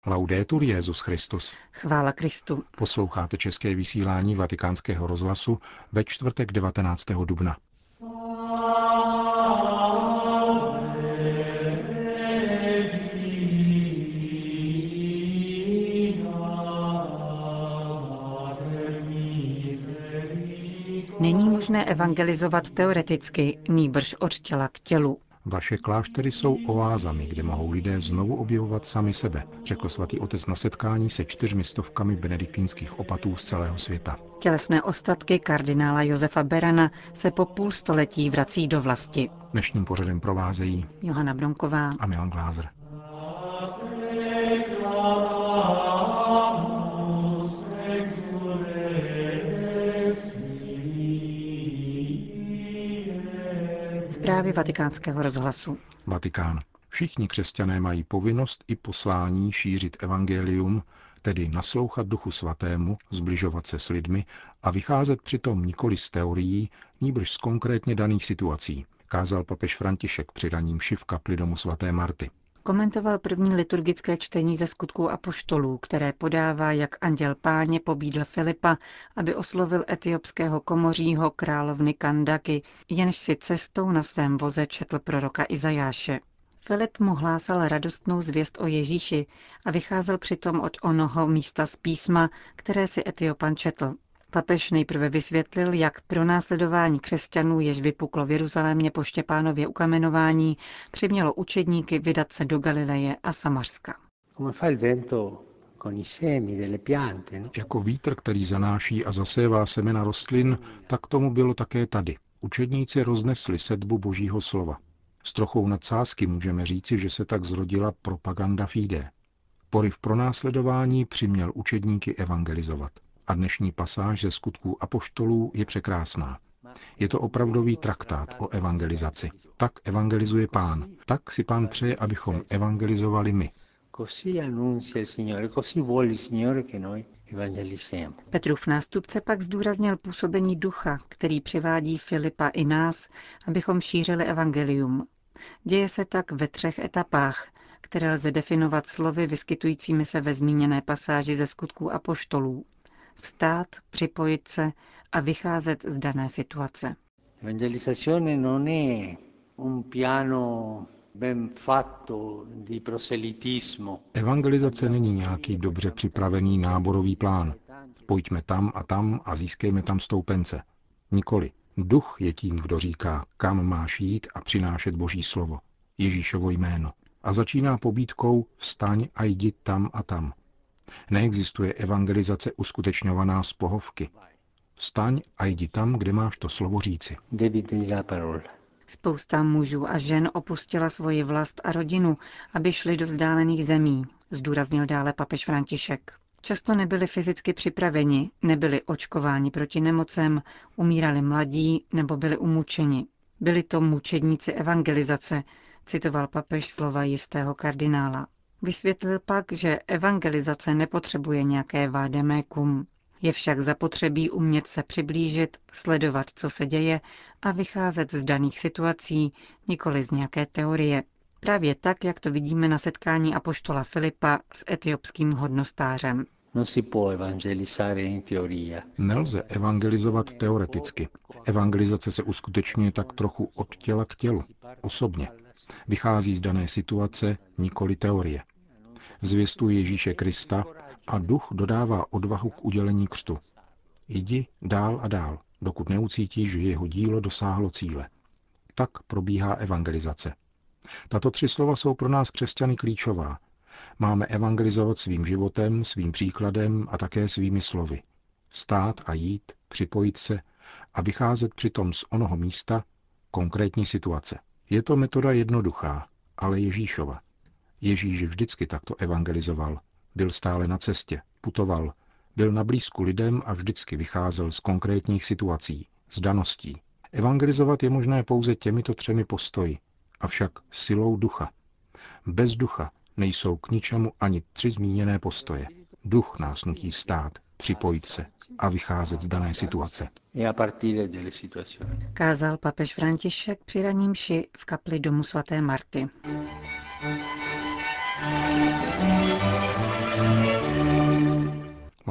Laudetur Jesus Christus. Chvála Kristu. Posloucháte české vysílání Vatikánského rozhlasu ve čtvrtek 19. dubna. Není možné evangelizovat teoreticky, nýbrž od těla k tělu. Vaše kláštery jsou oázami, kde mohou lidé znovu objevovat sami sebe, řekl svatý otec na setkání se 400 benediktínských opatů z celého světa. Tělesné ostatky kardinála Josefa Berana se po půl století vrací do vlasti. Dnešním pořadem provázejí Johana Bronková a Milan Glázer. Zprávy Vatikánského rozhlasu. Vatikán. Všichni křesťané mají povinnost i poslání šířit evangelium, tedy naslouchat Duchu Svatému, zbližovat se s lidmi a vycházet přitom nikoli z teorií, nýbrž z konkrétně daných situací, kázal papež František při raním mši v kapli domu svaté Marty. Komentoval první liturgické čtení ze Skutků apoštolů, které podává, jak anděl Páně pobídl Filipa, aby oslovil etiopského komořího královny Kandaky, jenž si cestou na svém voze četl proroka Izajáše. Filip mu hlásal radostnou zvěst o Ježíši a vycházel přitom od onoho místa z písma, které si Etiopan četl. Papež nejprve vysvětlil, jak pronásledování křesťanů, jež vypuklo v Jeruzalémě po Štěpánově ukamenování, přimělo učedníky vydat se do Galileje a Samařska. Jako vítr, který zanáší a zasévá semena rostlin, tak tomu bylo také tady. Učedníci roznesli sedbu Božího slova. S trochou nadsázky můžeme říci, že se tak zrodila propaganda fide. Poryv pronásledování přiměl učedníky evangelizovat. A dnešní pasáž ze Skutků apoštolů je překrásná. Je to opravdový traktát o evangelizaci. Tak evangelizuje Pán. Tak si Pán přeje, abychom evangelizovali my. Petrův nástupce pak zdůraznil působení ducha, který přivádí Filipa i nás, abychom šířili evangelium. Děje se tak ve 3 etapách, které lze definovat slovy vyskytujícími se ve zmíněné pasáži ze Skutků apoštolů. Vstát, připojit se a vycházet z dané situace. Evangelizazione non è un piano ben fatto di proselitismo. Evangelizace není nějaký dobře připravený náborový plán. Pojďme tam a získejme tam stoupence. Nikoli. Duch je tím, kdo říká, kam máš jít a přinášet Boží slovo, Ježíšovo jméno. A začíná pobídkou vstaň a jdi tam a tam. Neexistuje evangelizace uskutečňovaná z pohovky. Vstaň a jdi tam, kde máš to slovo říci. Spousta mužů a žen opustila svoji vlast a rodinu, aby šli do vzdálených zemí, zdůraznil dále papež František. Často nebyli fyzicky připraveni, nebyli očkováni proti nemocem, umírali mladí nebo byli umučeni. Byli to mučedníci evangelizace, citoval papež slova jistého kardinála. Vysvětlil pak, že evangelizace nepotřebuje nějaké vádemékum. Je však zapotřebí umět se přiblížit, sledovat, co se děje a vycházet z daných situací, nikoli z nějaké teorie. Právě tak, jak to vidíme na setkání apoštola Filipa s etiopským hodnostářem. Nelze evangelizovat teoreticky. Evangelizace se uskutečňuje tak trochu od těla k tělu, osobně. Vychází z dané situace, nikoli teorie. Zvěstuje Ježíše Krista a duch dodává odvahu k udělení křtu. Jdi dál a dál, dokud neucítíš, že jeho dílo dosáhlo cíle. Tak probíhá evangelizace. Tato 3 slova jsou pro nás křesťany klíčová. Máme evangelizovat svým životem, svým příkladem a také svými slovy. Vstát a jít, připojit se a vycházet přitom z onoho místa konkrétní situace. Je to metoda jednoduchá, ale Ježíšova. Ježíš vždycky takto evangelizoval. Byl stále na cestě, putoval, byl na blízku lidem a vždycky vycházel z konkrétních situací, z daností. Evangelizovat je možné pouze těmito 3 postoji, avšak silou ducha. Bez ducha nejsou k ničemu ani 3 zmíněné postoje. Duch nás nutí vstát, připojit se a vycházet z dané situace. Kázal papež František při raní mši v kapli domu svaté Marty.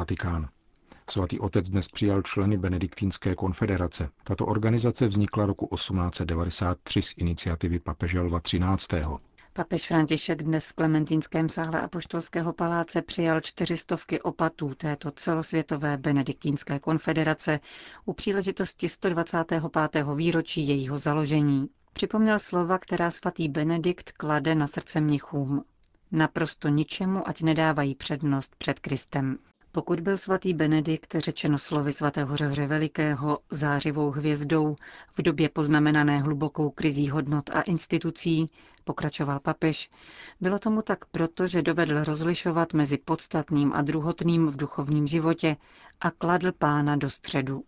Vatikán. Svatý otec dnes přijal členy Benediktínské konfederace. Tato organizace vznikla roku 1893 z iniciativy papeže Lva XIII. Papež František dnes v Klementínském sále Apoštolského paláce přijal 400 opatů této celosvětové Benediktínské konfederace u příležitosti 125. výročí jejího založení. Připomněl slova, která svatý Benedikt klade na srdce mnichům. Naprosto ničemu, ať nedávají přednost před Kristem. Pokud byl svatý Benedikt, řečeno slovy svatého Řehoře Velikého, zářivou hvězdou v době poznamenané hlubokou krizí hodnot a institucí, pokračoval papež, bylo tomu tak proto, že dovedl rozlišovat mezi podstatným a druhotným v duchovním životě a kladl Pána do středu.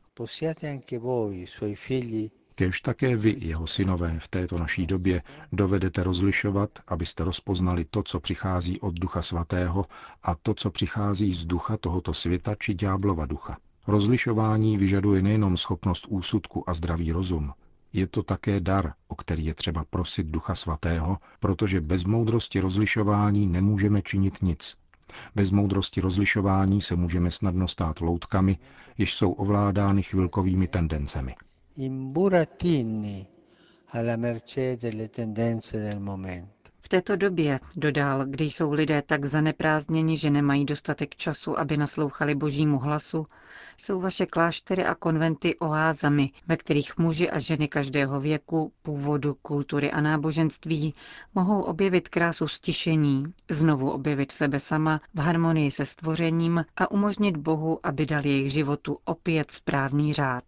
Kéž také vy, jeho synové, v této naší době dovedete rozlišovat, abyste rozpoznali to, co přichází od Ducha Svatého a to, co přichází z ducha tohoto světa či ďáblova ducha. Rozlišování vyžaduje nejenom schopnost úsudku a zdravý rozum. Je to také dar, o který je třeba prosit Ducha Svatého, protože bez moudrosti rozlišování nemůžeme činit nic. Bez moudrosti rozlišování se můžeme snadno stát loutkami, jež jsou ovládány chvilkovými tendencemi. V této době, dodal, kdy jsou lidé tak zaneprázdněni, že nemají dostatek času, aby naslouchali božímu hlasu, jsou vaše kláštery a konventy oázami, ve kterých muži a ženy každého věku, původu, kultury a náboženství mohou objevit krásu stišení, znovu objevit sebe sama v harmonii se stvořením a umožnit Bohu, aby dal jejich životu opět správný řád.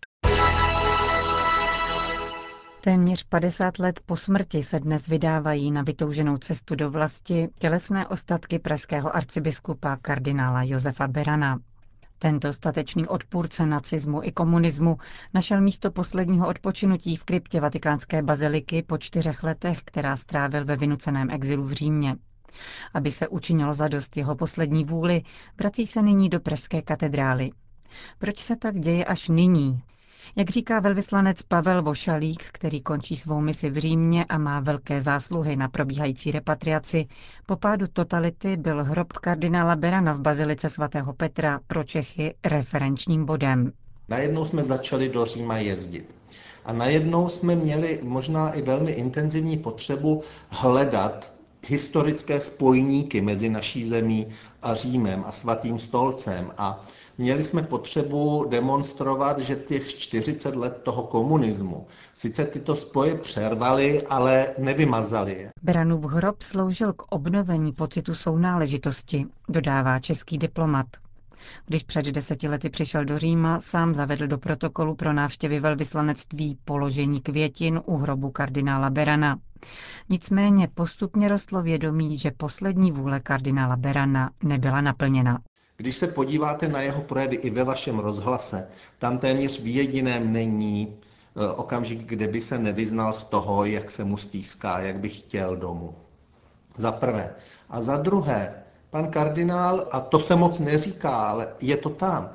Téměř 50 let po smrti se dnes vydávají na vytouženou cestu do vlasti tělesné ostatky pražského arcibiskupa kardinála Josefa Berana. Tento statečný odpůrce nacismu i komunismu našel místo posledního odpočinutí v kryptě vatikánské baziliky po 4 letech, která strávil ve vynuceném exilu v Římě. Aby se učinilo zadost jeho poslední vůli, vrací se nyní do pražské katedrály. Proč se tak děje až nyní? Jak říká velvyslanec Pavel Vošalík, který končí svou misi v Římě a má velké zásluhy na probíhající repatriaci, po pádu totality byl hrob kardinála Berana v bazilice svatého Petra pro Čechy referenčním bodem. Najednou jsme začali do Říma jezdit. A najednou jsme měli možná i velmi intenzivní potřebu hledat historické spojníky mezi naší zemí a Římem a Svatým stolcem. A měli jsme potřebu demonstrovat, že těch 40 let toho komunismu sice tyto spoje přervaly, ale nevymazaly je. Beranův hrob sloužil k obnovení pocitu sounáležitosti, dodává český diplomat. Když před 10 lety přišel do Říma, sám zavedl do protokolu pro návštěvy velvyslanectví položení květin u hrobu kardinála Berana. Nicméně postupně rostlo vědomí, že poslední vůle kardinála Berana nebyla naplněna. Když se podíváte na jeho projevy i ve vašem rozhlase, tam téměř v jediném není okamžik, kde by se nevyznal z toho, jak se mu stýská, jak by chtěl domů. Za prvé. A za druhé, pan kardinál, a to se moc neříká, ale je to tam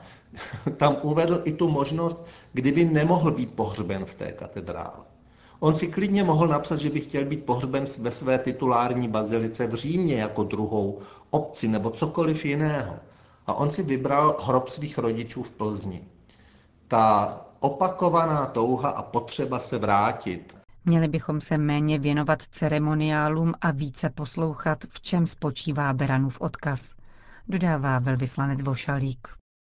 uvedl i tu možnost, kdyby nemohl být pohřben v té katedrále. On si klidně mohl napsat, že by chtěl být pohřben ve své titulární bazilice v Římě jako druhou obci nebo cokoliv jiného. A on si vybral hrob svých rodičů v Plzni. Ta opakovaná touha a potřeba se vrátit. Měli bychom se méně věnovat ceremoniálům a více poslouchat, v čem spočívá Beranův odkaz, dodává velvyslanec Vošalík.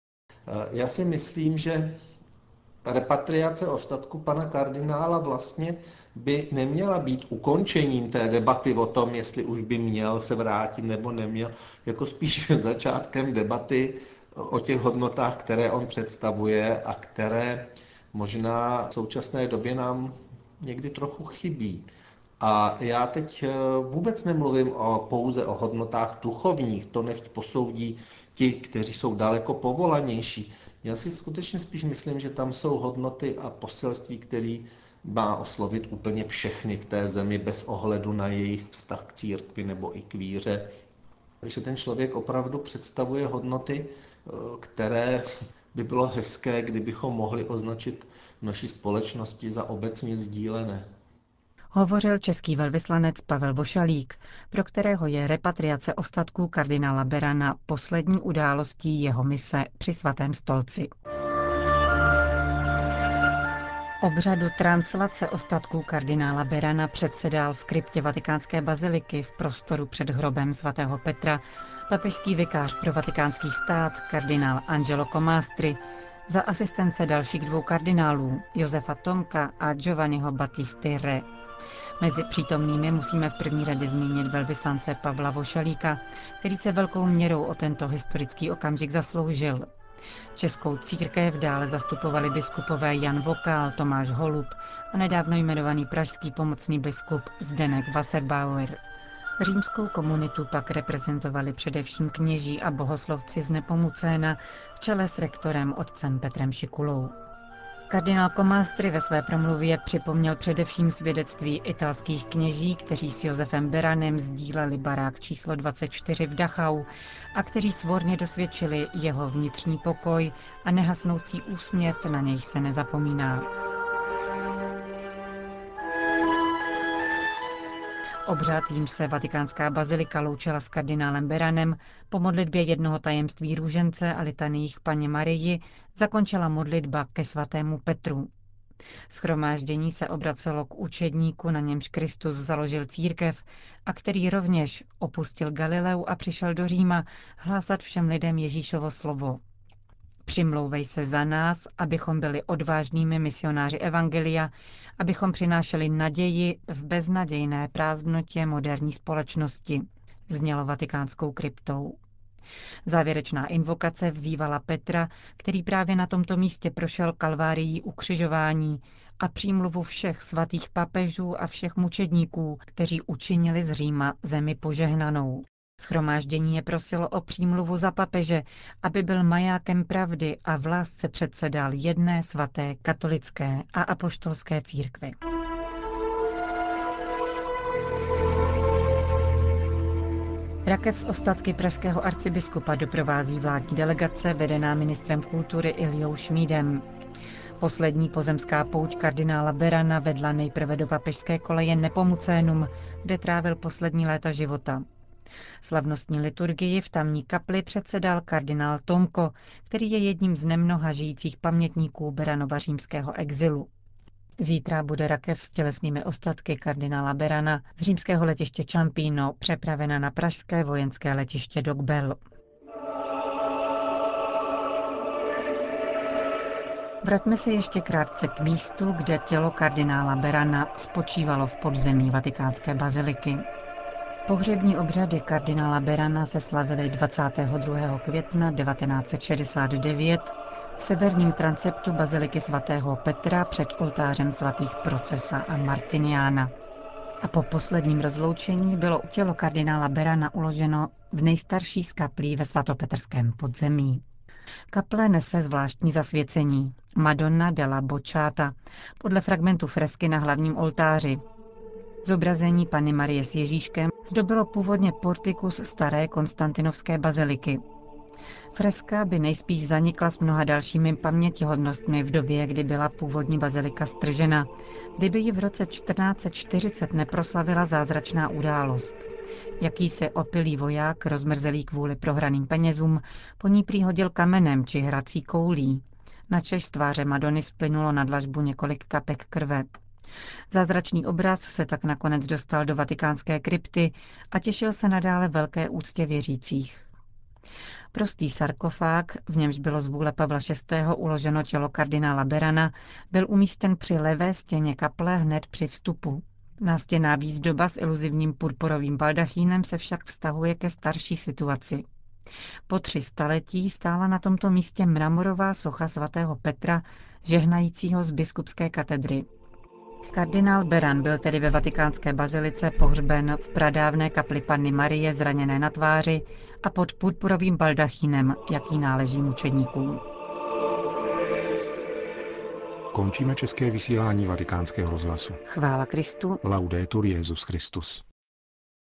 Já si myslím, že repatriace ostatku pana kardinála vlastně by neměla být ukončením té debaty o tom, jestli už by měl se vrátit nebo neměl, jako spíš začátkem debaty o těch hodnotách, které on představuje a které možná v současné době nám někdy trochu chybí. A já teď vůbec nemluvím pouze o hodnotách duchovních, to nechť posoudí ti, kteří jsou daleko povolanější. Já si skutečně spíš myslím, že tam jsou hodnoty a poselství, který má oslovit úplně všechny v té zemi bez ohledu na jejich vztah k církvi nebo i k víře. Takže ten člověk opravdu představuje hodnoty, které by bylo hezké, kdybychom mohli označit v naší společnosti za obecně sdílené. Hovořil český velvyslanec Pavel Vošalík, pro kterého je repatriace ostatků kardinála Berana poslední událostí jeho mise při Svatém stolci. Obřadu translace ostatků kardinála Berana předsedal v kryptě vatikánské baziliky v prostoru před hrobem svatého Petra papežský vikář pro vatikánský stát kardinál Angelo Comastri za asistence dalších 2 kardinálů, Josefa Tomka a Giovanniho Battisty Re. Mezi přítomnými musíme v první řadě zmínit velvyslance Pavla Vošalíka, který se velkou měrou o tento historický okamžik zasloužil. Českou církev dále zastupovali biskupové Jan Vokál, Tomáš Holub a nedávno jmenovaný pražský pomocný biskup Zdeněk Wasserbauer. Římskou komunitu pak reprezentovali především kněží a bohoslovci z Nepomucéna v čele s rektorem otcem Petrem Šikulou. Kardinál Comastri ve své promluvě připomněl především svědectví italských kněží, kteří s Josefem Beranem sdíleli barák číslo 24 v Dachau a kteří svorně dosvědčili jeho vnitřní pokoj a nehasnoucí úsměv, na nějž se nezapomíná. Obřad, jímž se vatikánská bazilika loučila s kardinálem Beranem, po modlitbě jednoho tajemství růžence a litaniích Panně Marii zakončila modlitba ke svatému Petru. Shromáždění se obracelo k učedníku, na němž Kristus založil církev a který rovněž opustil Galileu a přišel do Říma hlásat všem lidem Ježíšovo slovo. Přimlouvej se za nás, abychom byli odvážnými misionáři evangelia, abychom přinášeli naději v beznadějné prázdnotě moderní společnosti, znělo vatikánskou kryptou. Závěrečná invokace vzývala Petra, který právě na tomto místě prošel kalvárií ukřižování, a přímluvu všech svatých papežů a všech mučedníků, kteří učinili z Říma zemi požehnanou. Shromáždění je prosilo o přímluvu za papeže, aby byl majákem pravdy a v lásce předsedal jedné svaté katolické a apoštolské církvi. Rakev s ostatky pražského arcibiskupa doprovází vládní delegace vedená ministrem kultury Iljou Šmídem. Poslední pozemská pouť kardinála Berana vedla nejprve do papežské koleje Nepomucénum, kde trávil poslední léta života. Slavnostní liturgii v tamní kapli předsedal kardinál Tomko, který je jedním z nemnoha žijících pamětníků Beranova římského exilu. Zítra bude rakev s tělesnými ostatky kardinála Berana z římského letiště Ciampino přepravena na pražské vojenské letiště Dogbel. Vraťme se ještě krátce k místu, kde tělo kardinála Berana spočívalo v podzemí vatikánské baziliky. Pohřební obřady kardinála Berana se slavily 22. května 1969 v severním transeptu baziliky svatého Petra před oltářem svatých Procesa a Martiniána. A po posledním rozloučení bylo tělo kardinála Berana uloženo v nejstarší z kaplí ve svatopetrském podzemí. Kaple nese zvláštní zasvěcení Madonna della Bocciata podle fragmentu fresky na hlavním oltáři. Zobrazení Panny Marie s Ježíškem zdobilo původně portikus staré konstantinovské baziliky. Freska by nejspíš zanikla s mnoha dalšími pamětihodnostmi v době, kdy byla původní bazilika stržena, kdyby ji v roce 1440 neproslavila zázračná událost. Jakýsi opilý voják, rozmrzelý kvůli prohraným penězům, po ní prý hodil kamenem či hrací koulí. Načež z tváře Madony splynulo na dlažbu několik kapek krve. Zázračný obraz se tak nakonec dostal do vatikánské krypty a těšil se nadále velké úctě věřících. Prostý sarkofág, v němž bylo z vůle Pavla VI. Uloženo tělo kardinála Berana, byl umístěn při levé stěně kaple hned při vstupu. Nástěnná výzdoba s iluzivním purpurovým baldachínem se však vztahuje ke starší situaci. Po 3 staletí stála na tomto místě mramorová socha svatého Petra, žehnajícího z biskupské katedry. Kardinál Beran byl tedy ve vatikánské bazilice pohřben v pradávné kapli Panny Marie zraněné na tváři a pod purpurovým baldachínem, jaký náleží mučedníkům. Končíme české vysílání Vatikánského rozhlasu. Chvála Kristu. Laudetur Jesus Christus.